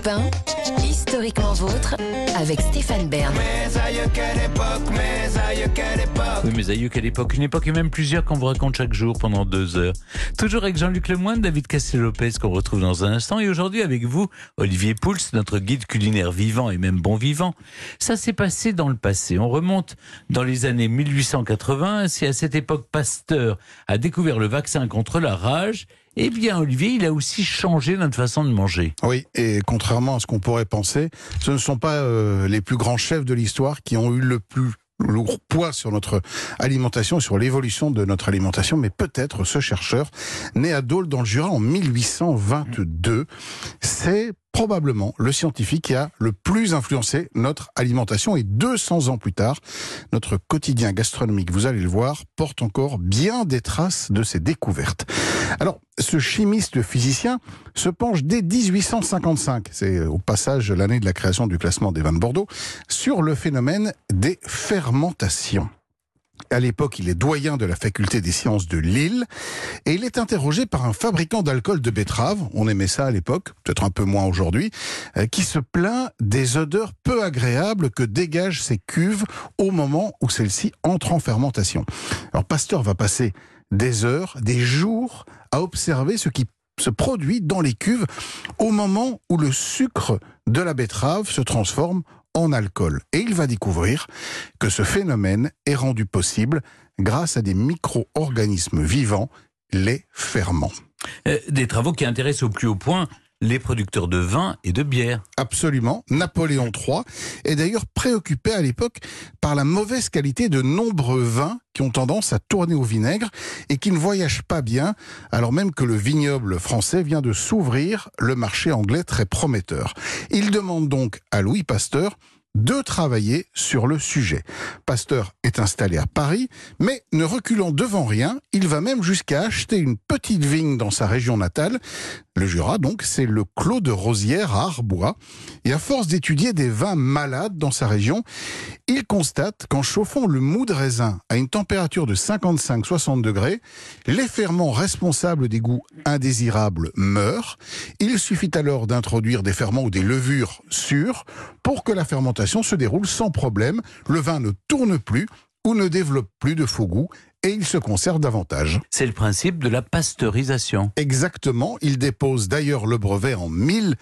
Europe 1, historiquement vôtre, avec Stéphane Bern. Mes aïeux, quelle époque, mes aïeux, quelle époque. Oui, mes aïeux, quelle époque. Une époque et même plusieurs qu'on vous raconte chaque jour pendant 2 heures. Toujours avec Jean-Luc Lemoyne, David Castel-Lopez qu'on retrouve dans un instant. Et aujourd'hui avec vous, Olivier Pouls, notre guide culinaire vivant et même bon vivant. Ça s'est passé dans le passé. On remonte dans les années 1880. C'est à cette époque Pasteur a découvert le vaccin contre la rage. Eh bien, Olivier, il a aussi changé notre façon de manger. Oui, et contrairement à ce qu'on pourrait penser, ce ne sont pas les plus grands chefs de l'histoire qui ont eu le plus lourd poids sur notre alimentation, sur l'évolution de notre alimentation, mais peut-être ce chercheur, né à Dole dans le Jura en 1822, c'est probablement le scientifique qui a le plus influencé notre alimentation. Et 200 ans plus tard, notre quotidien gastronomique, vous allez le voir, porte encore bien des traces de ses découvertes. Alors, ce chimiste physicien se penche dès 1855, c'est au passage l'année de la création du classement des vins de Bordeaux, sur le phénomène des fermentations. À l'époque, il est doyen de la faculté des sciences de Lille et il est interrogé par un fabricant d'alcool de betterave, on aimait ça à l'époque, peut-être un peu moins aujourd'hui, qui se plaint des odeurs peu agréables que dégagent ces cuves au moment où celles-ci entrent en fermentation. Alors Pasteur va passer des heures, des jours à observer ce qui se produit dans les cuves au moment où le sucre de la betterave se transforme en alcool. Et il va découvrir que ce phénomène est rendu possible grâce à des micro-organismes vivants, les ferments. Des travaux qui intéressent au plus haut point les producteurs de vin et de bière. Absolument. Napoléon III est d'ailleurs préoccupé à l'époque par la mauvaise qualité de nombreux vins qui ont tendance à tourner au vinaigre et qui ne voyagent pas bien, alors même que le vignoble français vient de s'ouvrir, le marché anglais très prometteur. Il demande donc à Louis Pasteur de travailler sur le sujet. Pasteur est installé à Paris, mais ne reculant devant rien, il va même jusqu'à acheter une petite vigne dans sa région natale. Le Jura, donc, c'est le clos de Rosières à Arbois. Et à force d'étudier des vins malades dans sa région, il constate qu'en chauffant le mou de raisin à une température de 55-60 degrés, les ferments responsables des goûts indésirables meurent. Il suffit alors d'introduire des ferments ou des levures sûres pour que la fermentation se déroule sans problème. Le vin ne tourne plus ou ne développe plus de faux goûts et il se conserve davantage. C'est le principe de la pasteurisation. Exactement, il dépose d'ailleurs le brevet en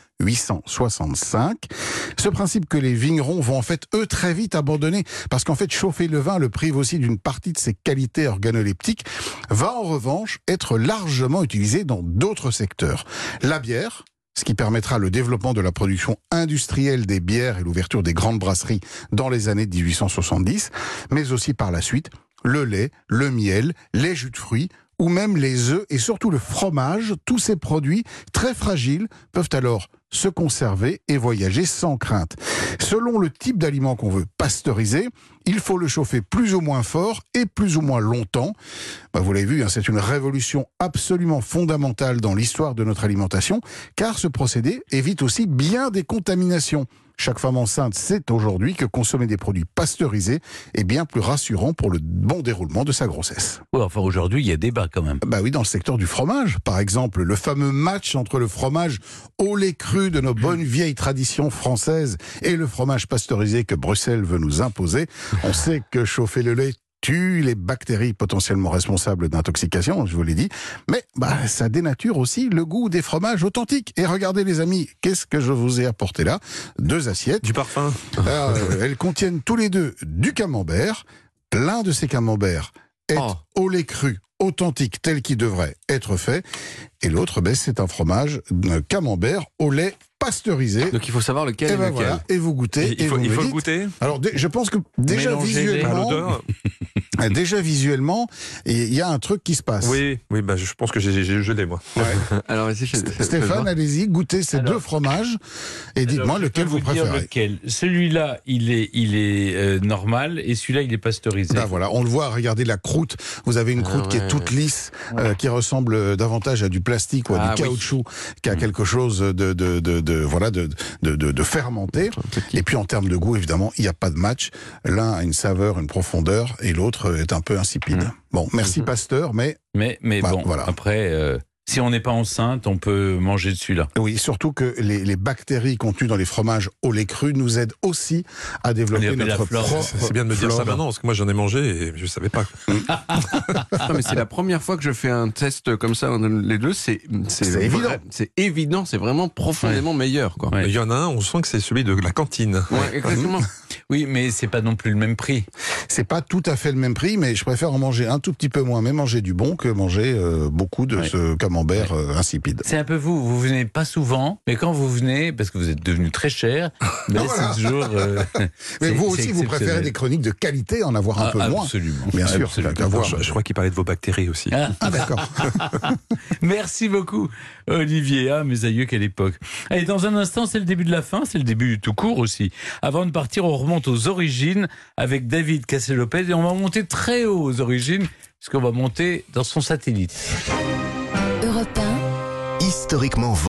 1865. Ce principe que les vignerons vont en fait, eux, très vite abandonner, parce qu'en fait, chauffer le vin le prive aussi d'une partie de ses qualités organoleptiques, va en revanche être largement utilisé dans d'autres secteurs. La bière, ce qui permettra le développement de la production industrielle des bières et l'ouverture des grandes brasseries dans les années 1870, mais aussi par la suite le lait, le miel, les jus de fruits ou même les œufs et surtout le fromage. Tous ces produits très fragiles peuvent alors se conserver et voyager sans crainte. Selon le type d'aliment qu'on veut pasteuriser, il faut le chauffer plus ou moins fort et plus ou moins longtemps. Vous l'avez vu, c'est une révolution absolument fondamentale dans l'histoire de notre alimentation, car ce procédé évite aussi bien des contaminations. Chaque femme enceinte sait aujourd'hui que consommer des produits pasteurisés est bien plus rassurant pour le bon déroulement de sa grossesse. Oui, enfin aujourd'hui, il y a débat quand même. Oui, dans le secteur du fromage, par exemple, le fameux match entre le fromage au lait cru de nos bonnes vieilles traditions françaises et le fromage pasteurisé que Bruxelles veut nous imposer. On sait que chauffer le lait tue les bactéries potentiellement responsables d'intoxication, je vous l'ai dit, mais ça dénature aussi le goût des fromages authentiques. Et regardez les amis, qu'est-ce que je vous ai apporté là? 2 assiettes. Du parfum. Elles contiennent tous les deux du camembert. L'un de ces camemberts est au lait cru, authentique, tel qu'il devrait être fait. Et l'autre, c'est un fromage de camembert au lait pasteurisé. Donc il faut savoir lequel est lequel. Voilà, et vous goûtez. Il faut le goûter. Alors je pense que déjà visuellement, il y a un truc qui se passe. Oui, je pense que j'ai gelé moi. Ouais. Alors Stéphane, allez-y, goûtez ces 2 fromages et dites-moi lequel vous préférez. Celui-là, il est normal et celui-là, il est pasteurisé. Voilà, on le voit, regardez la croûte. Vous avez une croûte qui est toute lisse, qui ressemble davantage à du plastique ou à du caoutchouc qu'à quelque chose de fermenté. Et puis en termes de goût, évidemment, il n'y a pas de match. L'un a une saveur, une profondeur, et l'autre est un peu insipide. Bon, merci Pasteur, mais bon, voilà. Après, Si on n'est pas enceinte, on peut manger de celui-là. Oui, surtout que les bactéries contenues dans les fromages au lait cru nous aident aussi à développer On est notre la flore. propre C'est bien de me dire ça flore. maintenant, parce que moi j'en ai mangé et je savais pas. Non, mais c'est la première fois que je fais un test comme ça, les deux, c'est évident. C'est évident, c'est vraiment profondément meilleur, quoi. Ouais. Il y en a un, on sent que c'est celui de la cantine. Ouais, exactement. Oui, mais c'est pas non plus le même prix. C'est pas tout à fait le même prix, mais je préfère en manger un tout petit peu moins, mais manger du bon, que manger beaucoup de ce camembert insipide. C'est un peu vous venez pas souvent, mais quand vous venez, parce que vous êtes devenu très cher, ben voilà. c'est toujours... Mais c'est- vous c'est aussi, vous préférez exceptionnel. des chroniques de qualité, en avoir un peu moins. Absolument. Bien sûr, Absolument. qu'à voir. Je crois qu'il parlait de vos bactéries aussi. Ah, Ah d'accord. merci beaucoup, Olivier. Ah, mes aïeux, quelle époque. Allez, dans un instant, c'est le début de la fin, c'est le début tout court aussi. Avant de partir, on remonte aux origines avec David Cassel-Lopez et on va monter très haut aux origines, puisqu'on va monter dans son satellite. Europe 1. Historiquement